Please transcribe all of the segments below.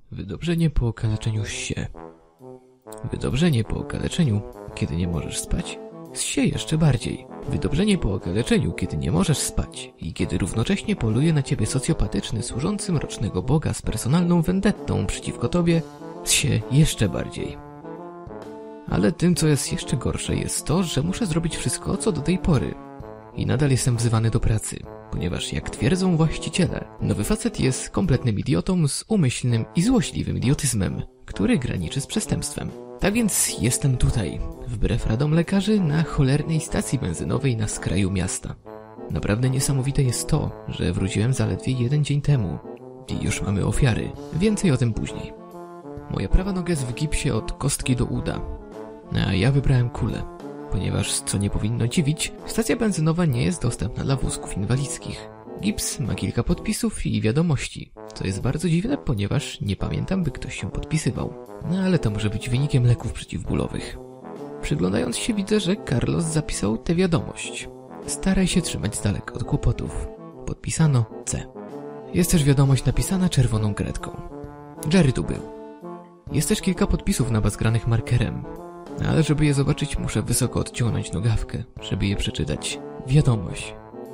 Wydobrzenie po okaleczeniu się. Wydobrzenie po okaleczeniu, kiedy nie możesz spać, zsie jeszcze bardziej. Wydobrzenie po okaleczeniu, kiedy nie możesz spać i kiedy równocześnie poluje na ciebie socjopatyczny, służący mrocznego boga z personalną vendettą przeciwko tobie, zsie jeszcze bardziej. Ale tym, co jest jeszcze gorsze, jest to, że muszę zrobić wszystko, co do tej pory. I nadal jestem wzywany do pracy, ponieważ jak twierdzą właściciele, nowy facet jest kompletnym idiotą z umyślnym i złośliwym idiotyzmem, który graniczy z przestępstwem. Tak więc jestem tutaj, wbrew radom lekarzy, na cholernej stacji benzynowej na skraju miasta. Naprawdę niesamowite jest to, że wróciłem zaledwie 1 dzień temu i już mamy ofiary. Więcej o tym później. Moja prawa noga jest w gipsie od kostki do uda, a ja wybrałem kulę, ponieważ, co nie powinno dziwić, stacja benzynowa nie jest dostępna dla wózków inwalidzkich. Gips ma kilka podpisów i wiadomości, co jest bardzo dziwne, ponieważ nie pamiętam, by ktoś się podpisywał. No ale to może być wynikiem leków przeciwbólowych. Przyglądając się widzę, że Carlos zapisał tę wiadomość. Staraj się trzymać z daleka od kłopotów. Podpisano C. Jest też wiadomość napisana czerwoną kredką. Jerry tu był. Jest też kilka podpisów nabazgranych markerem. Ale żeby je zobaczyć, muszę wysoko odciągnąć nogawkę, żeby je przeczytać. Wiadomość.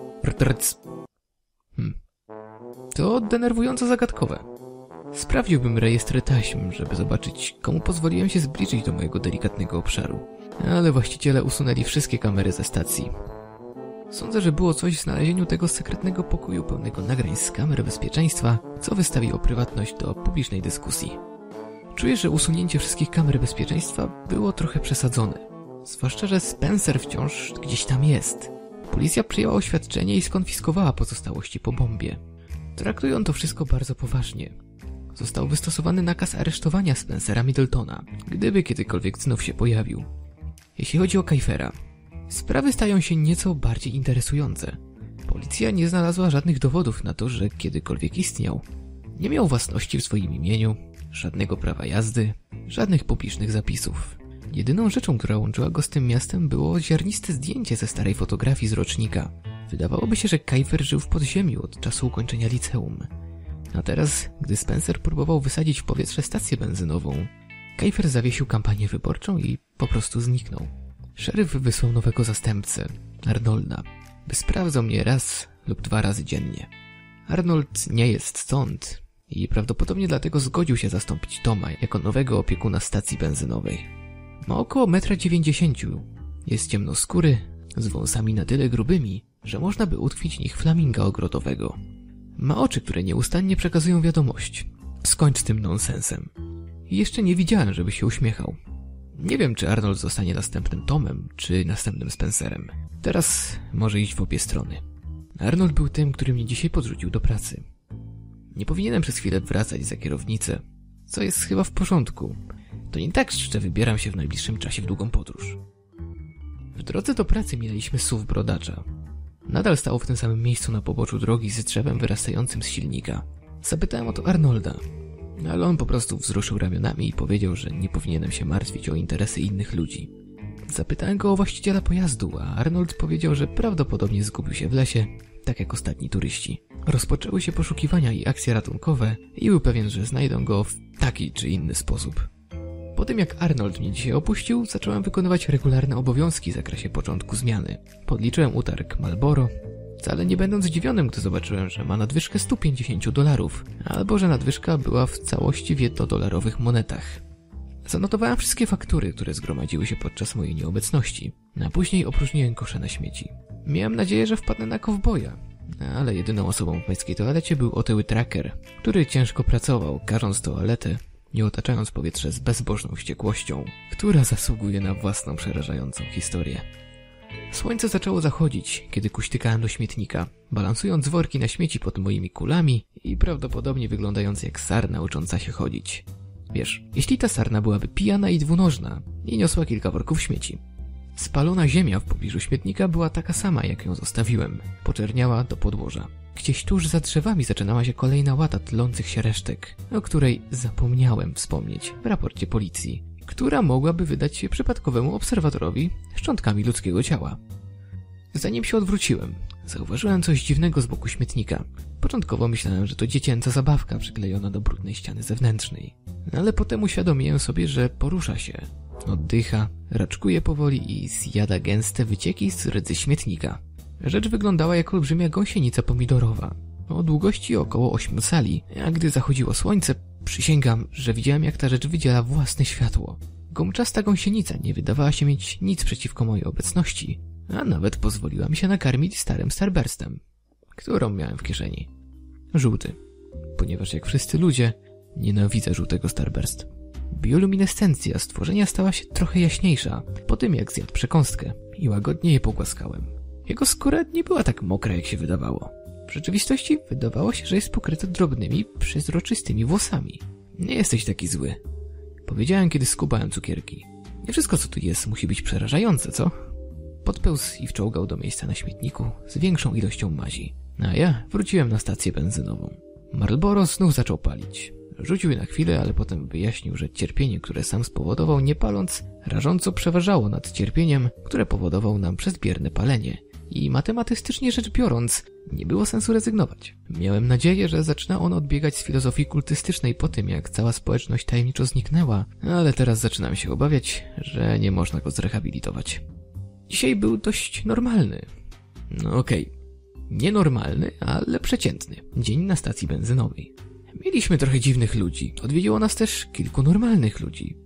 To denerwująco zagadkowe. Sprawdziłbym rejestr taśm, żeby zobaczyć, komu pozwoliłem się zbliżyć do mojego delikatnego obszaru. Ale właściciele usunęli wszystkie kamery ze stacji. Sądzę, że było coś w znalezieniu tego sekretnego pokoju pełnego nagrań z kamer bezpieczeństwa, co wystawiło prywatność do publicznej dyskusji. Czuję, że usunięcie wszystkich kamer bezpieczeństwa było trochę przesadzone. Zwłaszcza, że Spencer wciąż gdzieś tam jest. Policja przyjęła oświadczenie i skonfiskowała pozostałości po bombie. Traktują to wszystko bardzo poważnie. Został wystosowany nakaz aresztowania Spencera Middletona, gdyby kiedykolwiek znów się pojawił. Jeśli chodzi o Kajfera, sprawy stają się nieco bardziej interesujące. Policja nie znalazła żadnych dowodów na to, że kiedykolwiek istniał. Nie miał własności w swoim imieniu, żadnego prawa jazdy, żadnych publicznych zapisów. Jedyną rzeczą, która łączyła go z tym miastem, było ziarniste zdjęcie ze starej fotografii z rocznika. Wydawałoby się, że Kajfer żył w podziemiu od czasu ukończenia liceum. A teraz, gdy Spencer próbował wysadzić w powietrze stację benzynową, Kajfer zawiesił kampanię wyborczą i po prostu zniknął. Szeryf wysłał nowego zastępcę, Arnolda, by sprawdzał mnie raz lub 2 razy dziennie. Arnold nie jest stąd i prawdopodobnie dlatego zgodził się zastąpić Toma jako nowego opiekuna stacji benzynowej. Ma około 1,90 m, jest ciemnoskóry, z wąsami na tyle grubymi, że można by utkwić w nich flaminga ogrodowego. Ma oczy, które nieustannie przekazują wiadomość. Skończ z tym nonsensem. I jeszcze nie widziałem, żeby się uśmiechał. Nie wiem, czy Arnold zostanie następnym Tomem, czy następnym Spencerem. Teraz może iść w obie strony. Arnold był tym, który mnie dzisiaj podrzucił do pracy. Nie powinienem przez chwilę wracać za kierownicę, co jest chyba w porządku. To nie tak, że wybieram się w najbliższym czasie w długą podróż. W drodze do pracy minęliśmy SUV brodacza. Nadal stał w tym samym miejscu na poboczu drogi z drzewem wyrastającym z silnika. Zapytałem o to Arnolda, ale on po prostu wzruszył ramionami i powiedział, że nie powinienem się martwić o interesy innych ludzi. Zapytałem go o właściciela pojazdu, a Arnold powiedział, że prawdopodobnie zgubił się w lesie, tak jak ostatni turyści. Rozpoczęły się poszukiwania i akcje ratunkowe i był pewien, że znajdą go w taki czy inny sposób. Po tym jak Arnold mnie dzisiaj opuścił, zacząłem wykonywać regularne obowiązki w zakresie początku zmiany. Podliczyłem utarg Marlboro, wcale nie będąc zdziwionym, gdy zobaczyłem, że ma nadwyżkę $150, albo że nadwyżka była w całości w $1 monetach. Zanotowałem wszystkie faktury, które zgromadziły się podczas mojej nieobecności, a później opróżniłem kosze na śmieci. Miałem nadzieję, że wpadnę na kowboja, ale jedyną osobą w męskiej toalecie był otyły tracker, który ciężko pracował, karząc toaletę i otaczając powietrze z bezbożną wściekłością, która zasługuje na własną przerażającą historię. Słońce zaczęło zachodzić, kiedy kuśtykałem do śmietnika, balansując worki na śmieci pod moimi kulami i prawdopodobnie wyglądając jak sarna ucząca się chodzić. Wiesz, jeśli ta sarna byłaby pijana i dwunożna i niosła kilka worków śmieci. Spalona ziemia w pobliżu śmietnika była taka sama, jak ją zostawiłem, poczerniała do podłoża. Gdzieś tuż za drzewami zaczynała się kolejna łata tlących się resztek, o której zapomniałem wspomnieć w raporcie policji, która mogłaby wydać się przypadkowemu obserwatorowi szczątkami ludzkiego ciała. Zanim się odwróciłem, zauważyłem coś dziwnego z boku śmietnika. Początkowo myślałem, że to dziecięca zabawka przyklejona do brudnej ściany zewnętrznej. Ale potem uświadomiłem sobie, że porusza się. Oddycha, raczkuje powoli i zjada gęste wycieki z rdzy śmietnika. Rzecz wyglądała jak olbrzymia gąsienica pomidorowa, o długości około 8 cali, a gdy zachodziło słońce, przysięgam, że widziałem, jak ta rzecz wydziela własne światło. Gumczasta gąsienica nie wydawała się mieć nic przeciwko mojej obecności, a nawet pozwoliła mi się nakarmić starym Starburstem, którą miałem w kieszeni. Żółty, ponieważ jak wszyscy ludzie, nienawidzę żółtego Starburst. Bioluminescencja stworzenia stała się trochę jaśniejsza po tym, jak zjadł przekąskę i łagodnie je pogłaskałem. Jego skóra nie była tak mokra, jak się wydawało. W rzeczywistości wydawało się, że jest pokryta drobnymi, przezroczystymi włosami. Nie jesteś taki zły, powiedziałem, kiedy skubałem cukierki. Nie wszystko, co tu jest, musi być przerażające, co? Podpełzł i wczołgał do miejsca na śmietniku z większą ilością mazi. A ja wróciłem na stację benzynową. Marlboro znów zaczął palić. Rzucił je na chwilę, ale potem wyjaśnił, że cierpienie, które sam spowodował nie paląc, rażąco przeważało nad cierpieniem, które powodował nam przez bierne palenie. I matematycznie rzecz biorąc, nie było sensu rezygnować. Miałem nadzieję, że zaczyna on odbiegać z filozofii kultystycznej po tym, jak cała społeczność tajemniczo zniknęła, ale teraz zaczynam się obawiać, że nie można go zrehabilitować. Dzisiaj był dość normalny. No okej. Nienormalny, ale przeciętny. Dzień na stacji benzynowej. Mieliśmy trochę dziwnych ludzi. Odwiedziło nas też kilku normalnych ludzi.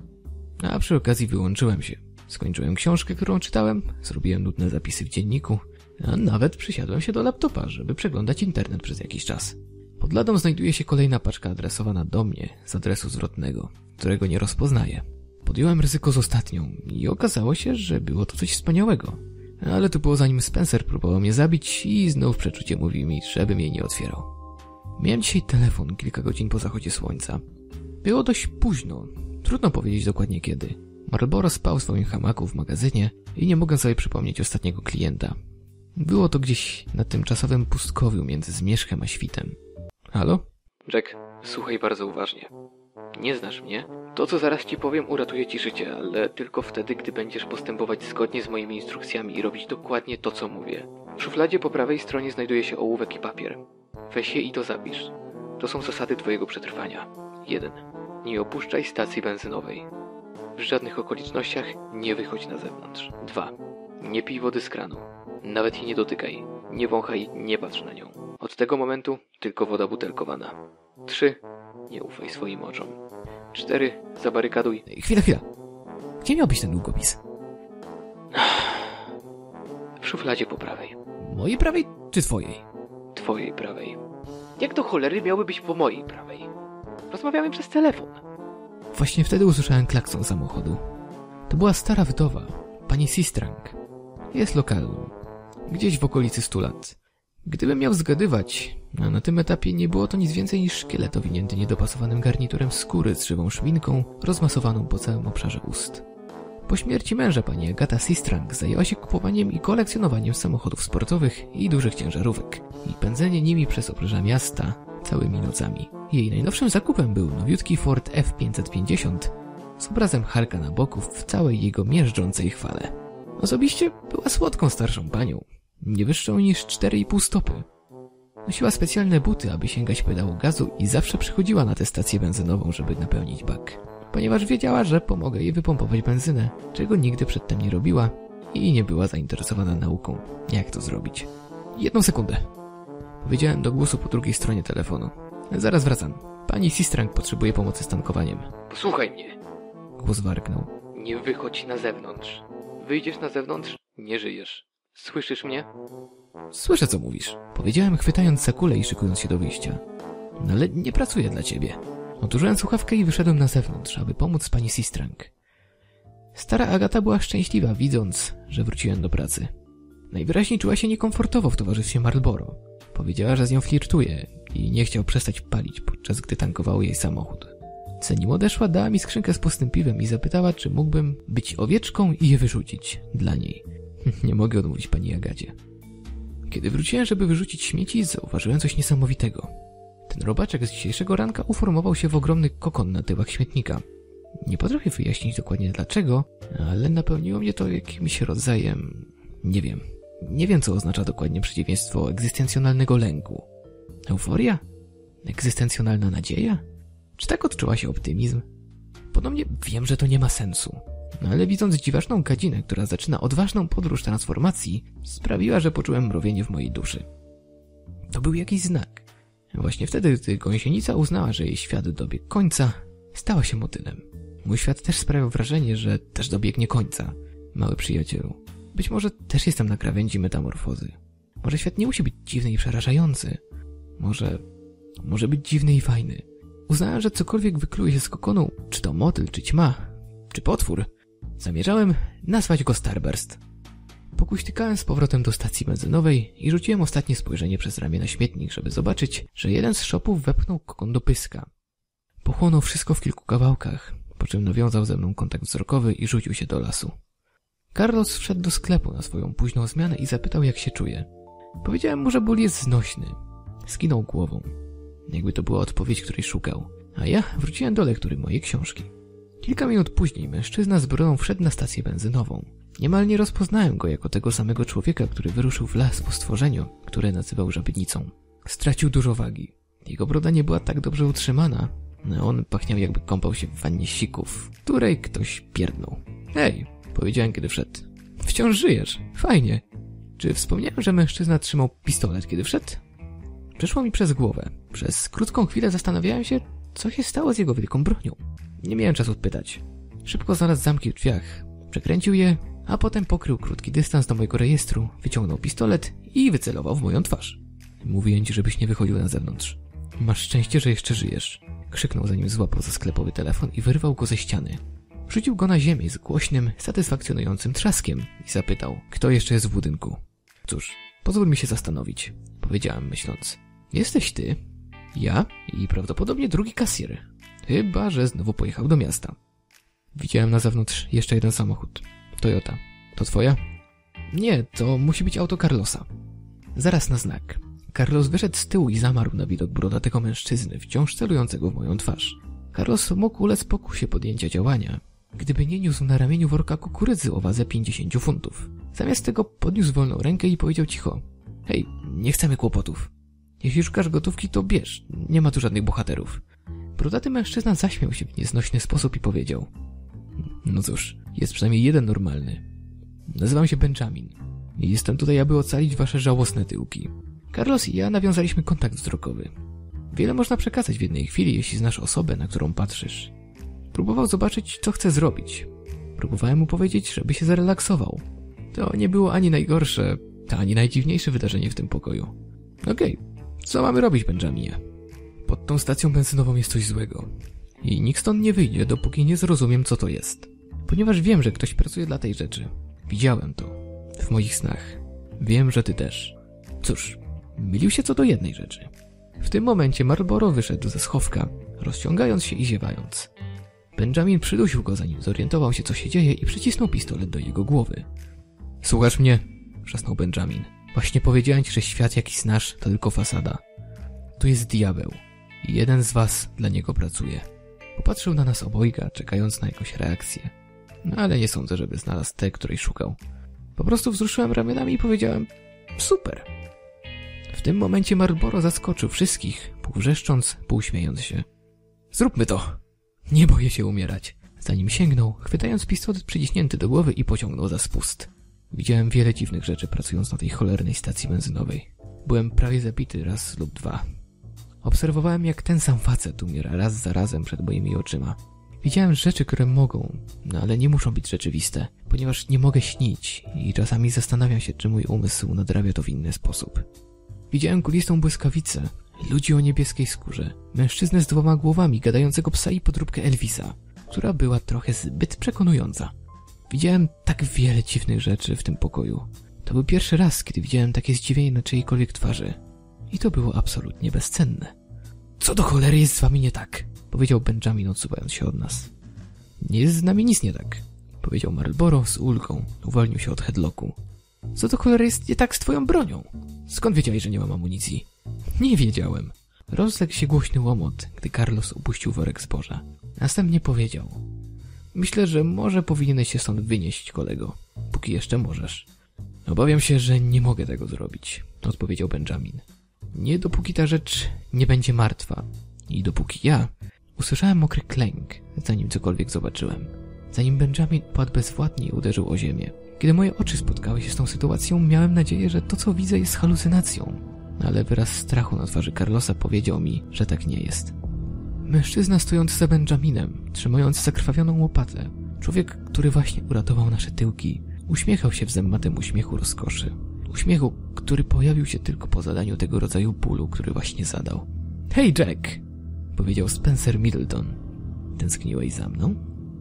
A przy okazji wyłączyłem się. Skończyłem książkę, którą czytałem, zrobiłem nudne zapisy w dzienniku, a nawet przysiadłem się do laptopa, żeby przeglądać internet przez jakiś czas. Pod ladą znajduje się kolejna paczka adresowana do mnie z adresu zwrotnego, którego nie rozpoznaję. Podjąłem ryzyko z ostatnią i okazało się, że było to coś wspaniałego. Ale to było zanim Spencer próbował mnie zabić i znów przeczucie mówi mi, żebym jej nie otwierał. Miałem dzisiaj telefon kilka godzin po zachodzie słońca. Było dość późno, trudno powiedzieć dokładnie kiedy. Marlboro spał w swoim hamaku w magazynie i nie mogę sobie przypomnieć ostatniego klienta. Było to gdzieś na tymczasowym pustkowiu między zmierzchem a świtem. Halo? Jack, słuchaj bardzo uważnie. Nie znasz mnie? To, co zaraz ci powiem, uratuje ci życie, ale tylko wtedy, gdy będziesz postępować zgodnie z moimi instrukcjami i robić dokładnie to, co mówię. W szufladzie po prawej stronie znajduje się ołówek i papier. Weź je i to zapisz. To są zasady twojego przetrwania. 1. Nie opuszczaj stacji benzynowej. W żadnych okolicznościach nie wychodź na zewnątrz. 2. Nie pij wody z kranu. Nawet jej nie dotykaj. Nie wąchaj, nie patrz na nią. Od tego momentu tylko woda butelkowana. 3. Nie ufaj swoim oczom. 4. Zabarykaduj... Chwila. Gdzie miał być ten długopis? W szufladzie po prawej. Mojej prawej czy twojej? Twojej prawej. Jak do cholery miały być po mojej prawej? Rozmawiałem przez telefon. Właśnie wtedy usłyszałem klakson samochodu. To była stara wdowa, pani Sistrang. Jest lokalną. Gdzieś w okolicy 100 lat. Gdybym miał zgadywać, a na tym etapie nie było to nic więcej niż szkielet owinięty niedopasowanym garniturem skóry z żywą szwinką, rozmasowaną po całym obszarze ust. Po śmierci męża pani Agata Sistrang zajęła się kupowaniem i kolekcjonowaniem samochodów sportowych i dużych ciężarówek i pędzenie nimi przez obrzeża miasta całymi nocami. Jej najnowszym zakupem był nowiutki Ford F550 z obrazem Hulka na boku w całej jego miażdżącej chwale. Osobiście była słodką starszą panią, nie wyższą niż 4,5 stopy. Nosiła specjalne buty, aby sięgać pedału gazu i zawsze przychodziła na tę stację benzynową, żeby napełnić bak. Ponieważ wiedziała, że pomogę jej wypompować benzynę, czego nigdy przedtem nie robiła i nie była zainteresowana nauką, jak to zrobić. 1 sekundę. Powiedziałem do głosu po drugiej stronie telefonu. Zaraz wracam. Pani Sistrang potrzebuje pomocy z tankowaniem. Posłuchaj mnie. Głos warknął. Nie wychodź na zewnątrz. Wyjdziesz na zewnątrz, nie żyjesz. Słyszysz mnie? Słyszę, co mówisz. Powiedziałem, chwytając za kulę i szykując się do wyjścia. No ale nie pracuję dla ciebie. Odłożyłem słuchawkę i wyszedłem na zewnątrz, aby pomóc pani Sistrang. Stara Agata była szczęśliwa, widząc, że wróciłem do pracy. Najwyraźniej czuła się niekomfortowo w towarzystwie Marlboro. Powiedziała, że z nią flirtuje i nie chciał przestać palić, podczas gdy tankował jej samochód. Zanim odeszła, dała mi skrzynkę z pustym piwem i zapytała, czy mógłbym być owieczką i je wyrzucić dla niej. Nie mogę odmówić pani Agacie. Kiedy wróciłem, żeby wyrzucić śmieci, zauważyłem coś niesamowitego. Ten robaczek z dzisiejszego ranka uformował się w ogromny kokon na tyłach śmietnika. Nie potrafię wyjaśnić dokładnie dlaczego, ale napełniło mnie to jakimś rodzajem, nie wiem, Nie wiem, co oznacza dokładnie przeciwieństwo egzystencjonalnego lęku. Euforia? Egzystencjonalna nadzieja? Czy tak odczuwa się optymizm? Podobnie wiem, że to nie ma sensu. No ale widząc dziwaczną gadzinę, która zaczyna odważną podróż transformacji, sprawiła, że poczułem mrowienie w mojej duszy. To był jakiś znak. Właśnie wtedy, gdy gąsienica uznała, że jej świat dobiegł końca, stała się motylem. Mój świat też sprawiał wrażenie, że też dobiegnie końca. Mały przyjacielu. Być może też jestem na krawędzi metamorfozy. Może świat nie musi być dziwny i przerażający. Może być dziwny i fajny. Uznałem, że cokolwiek wykluje się z kokonu, czy to motyl, czy ćma, czy potwór, zamierzałem nazwać go Starburst. Pokuśtykałem z powrotem do stacji benzynowej i rzuciłem ostatnie spojrzenie przez ramię na śmietnik, żeby zobaczyć, że jeden z szopów wepchnął kokon do pyska. Pochłonął wszystko w kilku kawałkach, po czym nawiązał ze mną kontakt wzrokowy i rzucił się do lasu. Carlos wszedł do sklepu na swoją późną zmianę i zapytał, jak się czuje. Powiedziałem mu, że ból jest znośny. Skinął głową. Jakby to była odpowiedź, której szukał. A ja wróciłem do lektury mojej książki. Kilka minut później mężczyzna z brodą wszedł na stację benzynową. Niemal nie rozpoznałem go jako tego samego człowieka, który wyruszył w las po stworzeniu, które nazywał żabnicą. Stracił dużo wagi. Jego broda nie była tak dobrze utrzymana, a on pachniał, jakby kąpał się w wannie sików, której ktoś pierdnął. Hej, powiedziałem, kiedy wszedł. Wciąż żyjesz. Fajnie. Czy wspomniałem, że mężczyzna trzymał pistolet, kiedy wszedł? Przeszło mi przez głowę. Przez krótką chwilę zastanawiałem się, co się stało z jego wielką bronią. Nie miałem czasu pytać. Szybko znalazł zamki w drzwiach. Przekręcił je, a potem pokrył krótki dystans do mojego rejestru, wyciągnął pistolet i wycelował w moją twarz. Mówiłem ci, żebyś nie wychodził na zewnątrz. Masz szczęście, że jeszcze żyjesz. Krzyknął, zanim złapał za sklepowy telefon i wyrwał go ze ściany. Wrzucił go na ziemię z głośnym, satysfakcjonującym trzaskiem i zapytał, kto jeszcze jest w budynku. Cóż, pozwól mi się zastanowić, powiedziałem myśląc. Jesteś ty, ja i prawdopodobnie drugi kasjer. Chyba że znowu pojechał do miasta. Widziałem na zewnątrz jeszcze jeden samochód. Toyota. To twoja? Nie, to musi być auto Carlosa. Zaraz na znak. Carlos wyszedł z tyłu i zamarł na widok brodatego mężczyzny, wciąż celującego w moją twarz. Carlos mógł ulec pokusie podjęcia działania, gdyby nie niósł na ramieniu worka kukurydzy o wadze 50 funtów. Zamiast tego podniósł wolną rękę i powiedział cicho. Hej, nie chcemy kłopotów. Jeśli szukasz gotówki, to bierz. Nie ma tu żadnych bohaterów. Brodaty mężczyzna zaśmiał się w nieznośny sposób i powiedział. No cóż, jest przynajmniej jeden normalny. Nazywam się Benjamin. I jestem tutaj, aby ocalić wasze żałosne tyłki. Carlos i ja nawiązaliśmy kontakt wzrokowy. Wiele można przekazać w jednej chwili, jeśli znasz osobę, na którą patrzysz. Próbował zobaczyć, co chce zrobić. Próbowałem mu powiedzieć, żeby się zrelaksował. To nie było ani najgorsze, ani najdziwniejsze wydarzenie w tym pokoju. Okej, co mamy robić, Benjaminie? Pod tą stacją benzynową jest coś złego. I nikt stąd nie wyjdzie, dopóki nie zrozumiem, co to jest. Ponieważ wiem, że ktoś pracuje dla tej rzeczy. Widziałem to. W moich snach. Wiem, że ty też. Cóż, mylił się co do jednej rzeczy. W tym momencie Marlboro wyszedł ze schowka, rozciągając się i ziewając. Benjamin przydusił go, zanim zorientował się, co się dzieje, i przycisnął pistolet do jego głowy. Słuchasz mnie? Wrzasnął Benjamin. Właśnie powiedziałem ci, że świat, jaki znasz, to tylko fasada. Tu jest diabeł. I jeden z was dla niego pracuje. Popatrzył na nas obojga, czekając na jakąś reakcję. No ale nie sądzę, żeby znalazł tę, której szukał. Po prostu wzruszyłem ramionami i powiedziałem: super. W tym momencie Marlboro zaskoczył wszystkich, pół wrzeszcząc, pół śmiejąc się. Zróbmy to! Nie boję się umierać. Zanim sięgnął, chwytając pistolet przyciśnięty do głowy i pociągnął za spust. Widziałem wiele dziwnych rzeczy, pracując na tej cholernej stacji benzynowej. Byłem prawie zabity raz lub dwa. Obserwowałem, jak ten sam facet umiera raz za razem przed moimi oczyma. Widziałem rzeczy, które mogą, ale nie muszą być rzeczywiste, ponieważ nie mogę śnić i czasami zastanawiam się, czy mój umysł nadrabia to w inny sposób. Widziałem kulistą błyskawicę, ludzi o niebieskiej skórze, mężczyznę z 2 głowami, gadającego psa i podróbkę Elvisa, która była trochę zbyt przekonująca. Widziałem tak wiele dziwnych rzeczy w tym pokoju. To był pierwszy raz, kiedy widziałem takie zdziwienie na czyjejkolwiek twarzy. I to było absolutnie bezcenne. Co do cholery jest z wami nie tak? Powiedział Benjamin, odsuwając się od nas. Nie jest z nami nic nie tak, powiedział Marlboro z ulgą. Uwolnił się od headlocku. Co do cholery jest nie tak z twoją bronią? Skąd wiedziałeś, że nie mam amunicji? Nie wiedziałem. Rozległ się głośny łomot, gdy Carlos upuścił worek zboża. Następnie powiedział: myślę, że może powinieneś się stąd wynieść, kolego. Póki jeszcze możesz. Obawiam się, że nie mogę tego zrobić, odpowiedział Benjamin. Nie dopóki ta rzecz nie będzie martwa. I dopóki ja usłyszałem mokry klęk, zanim cokolwiek zobaczyłem. Zanim Benjamin padł bezwładnie i uderzył o ziemię. Kiedy moje oczy spotkały się z tą sytuacją, miałem nadzieję, że to, co widzę, jest halucynacją. Ale wyraz strachu na twarzy Carlosa powiedział mi, że tak nie jest. Mężczyzna stojący za Benjaminem, trzymający zakrwawioną łopatę, człowiek, który właśnie uratował nasze tyłki, uśmiechał się w zębatym uśmiechu rozkoszy. Uśmiechu, który pojawił się tylko po zadaniu tego rodzaju bólu, który właśnie zadał. Hej, Jack! Powiedział Spencer Middleton. Tęskniłeś za mną?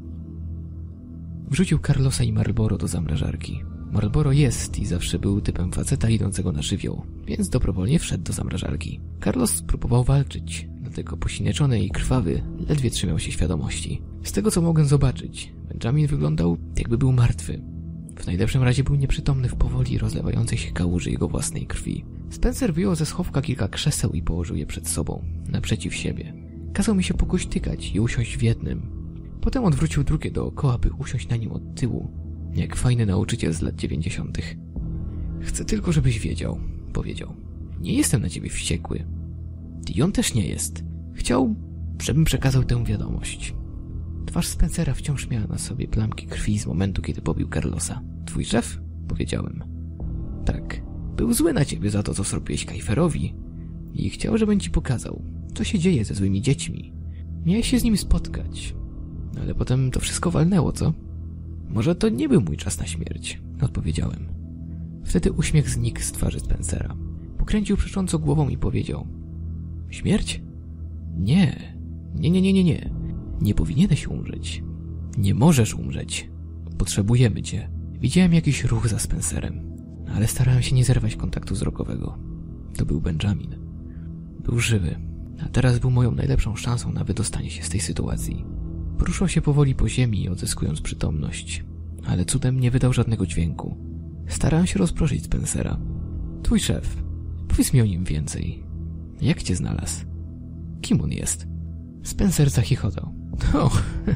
Wrzucił Carlosa i Marlboro do zamrażarki. Marlboro jest i zawsze był typem faceta idącego na żywioł, więc dobrowolnie wszedł do zamrażarki. Carlos próbował walczyć, dlatego posineczony i krwawy ledwie trzymał się świadomości. Z tego, co mogłem zobaczyć, Benjamin wyglądał, jakby był martwy. W najlepszym razie był nieprzytomny w powoli rozlewającej się kałuży jego własnej krwi. Spencer wyjął ze schowka kilka krzeseł i położył je przed sobą, naprzeciw siebie. Kazał mi się pokuśtykać i usiąść w jednym. Potem odwrócił drugie dookoła, by usiąść na nim od tyłu, jak fajny nauczyciel z lat 90. Chcę tylko, żebyś wiedział, powiedział. Nie jestem na ciebie wściekły. I on też nie jest. Chciał, żebym przekazał tę wiadomość. Twarz Spencera wciąż miała na sobie plamki krwi z momentu, kiedy pobił Carlosa. Twój szef? Powiedziałem. Tak. Był zły na ciebie za to, co zrobiłeś Kajferowi i chciał, żebym ci pokazał, co się dzieje ze złymi dziećmi. Miałeś się z nim spotkać, ale potem to wszystko walnęło, co? Może to nie był mój czas na śmierć, odpowiedziałem. Wtedy uśmiech znikł z twarzy Spencera. Pokręcił przecząco głową i powiedział. Śmierć? Nie. Nie. Nie powinieneś umrzeć. Nie możesz umrzeć. Potrzebujemy cię. Widziałem jakiś ruch za Spencerem, ale starałem się nie zerwać kontaktu wzrokowego. To był Benjamin. Był żywy, a teraz był moją najlepszą szansą na wydostanie się z tej sytuacji. Poruszał się powoli po ziemi, odzyskując przytomność, ale cudem nie wydał żadnego dźwięku. Starałem się rozproszyć Spencera. Twój szef. Powiedz mi o nim więcej. Jak cię znalazł? Kim on jest? Spencer zachichotał. O,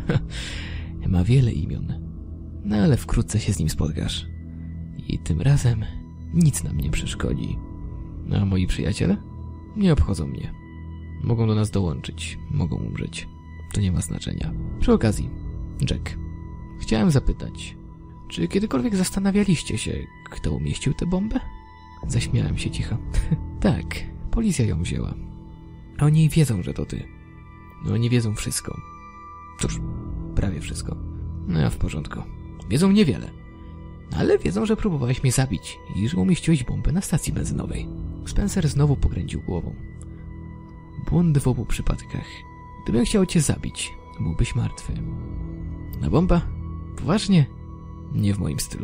ma wiele imion. No ale wkrótce się z nim spotkasz. I tym razem nic nam nie przeszkodzi. A moi przyjaciele? Nie obchodzą mnie. Mogą do nas dołączyć, mogą umrzeć. To nie ma znaczenia. Przy okazji, Jack, chciałem zapytać, czy kiedykolwiek zastanawialiście się, kto umieścił tę bombę? Zaśmiałem się cicho. Tak, policja ją wzięła. A oni wiedzą, że to ty. No oni wiedzą wszystko. Cóż, prawie wszystko. No ja w porządku. Wiedzą niewiele. Ale wiedzą, że próbowałeś mnie zabić i że umieściłeś bombę na stacji benzynowej. Spencer znowu pokręcił głową. Błąd w obu przypadkach. Gdybym chciał cię zabić, byłbyś martwy. A bomba? Poważnie? Nie w moim stylu.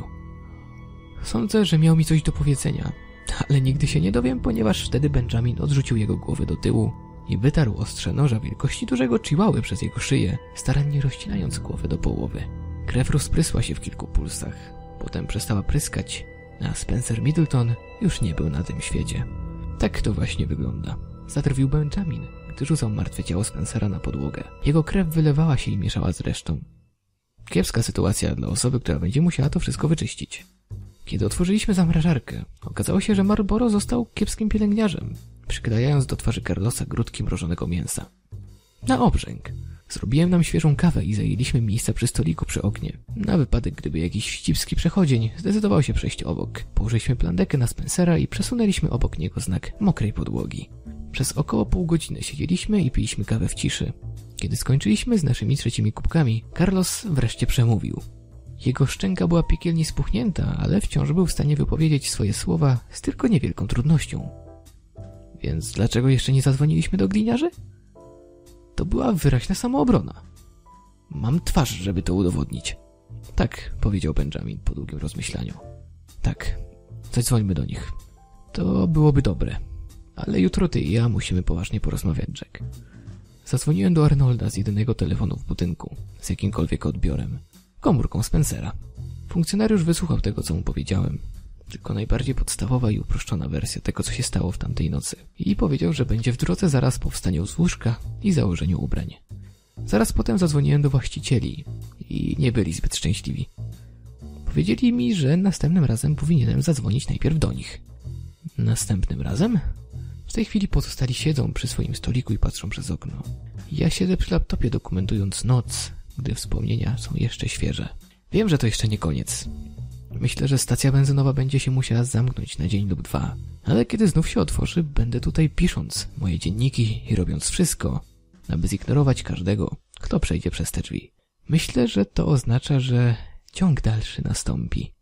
Sądzę, że miał mi coś do powiedzenia, ale nigdy się nie dowiem, ponieważ wtedy Benjamin odrzucił jego głowę do tyłu i wytarł ostrze noża wielkości dużego chihuahy przez jego szyję, starannie rozcinając głowę do połowy. Krew rozprysła się w kilku pulsach, potem przestała pryskać, a Spencer Middleton już nie był na tym świecie. Tak to właśnie wygląda. Zadrwił Benjamin, gdy rzucał martwe ciało Spencera na podłogę. Jego krew wylewała się i mieszała z resztą. Kiepska sytuacja dla osoby, która będzie musiała to wszystko wyczyścić. Kiedy otworzyliśmy zamrażarkę, okazało się, że Marlboro został kiepskim pielęgniarzem, przyklejając do twarzy Carlosa grudki mrożonego mięsa. Na obrzęk. Zrobiłem nam świeżą kawę i zajęliśmy miejsca przy stoliku przy ognie. Na wypadek, gdyby jakiś wścibski przechodzień zdecydował się przejść obok. Położyliśmy plandekę na Spencera i przesunęliśmy obok niego znak mokrej podłogi. Przez około pół godziny siedzieliśmy i piliśmy kawę w ciszy. Kiedy skończyliśmy z naszymi trzecimi kubkami, Carlos wreszcie przemówił. Jego szczęka była piekielnie spuchnięta, ale wciąż był w stanie wypowiedzieć swoje słowa z tylko niewielką trudnością. Więc dlaczego jeszcze nie zadzwoniliśmy do gliniarzy? To była wyraźna samoobrona. Mam twarz, żeby to udowodnić. Tak, powiedział Benjamin po długim rozmyślaniu. Tak, zadzwońmy do nich. To byłoby dobre. Ale jutro ty i ja musimy poważnie porozmawiać, Jack. Zadzwoniłem do Arnolda z jedynego telefonu w budynku, z jakimkolwiek odbiorem. Komórką Spencera. Funkcjonariusz wysłuchał tego, co mu powiedziałem. Tylko najbardziej podstawowa i uproszczona wersja tego, co się stało w tamtej nocy. I powiedział, że będzie w drodze zaraz po wstaniu z łóżka i założeniu ubrań. Zaraz potem zadzwoniłem do właścicieli i nie byli zbyt szczęśliwi. Powiedzieli mi, że następnym razem powinienem zadzwonić najpierw do nich. Następnym razem? W tej chwili pozostali siedzą przy swoim stoliku i patrzą przez okno. Ja siedzę przy laptopie dokumentując noc, gdy wspomnienia są jeszcze świeże. Wiem, że to jeszcze nie koniec. Myślę, że stacja benzynowa będzie się musiała zamknąć na dzień lub dwa. Ale kiedy znów się otworzy, będę tutaj pisząc moje dzienniki i robiąc wszystko, aby zignorować każdego, kto przejdzie przez te drzwi. Myślę, że to oznacza, że ciąg dalszy nastąpi.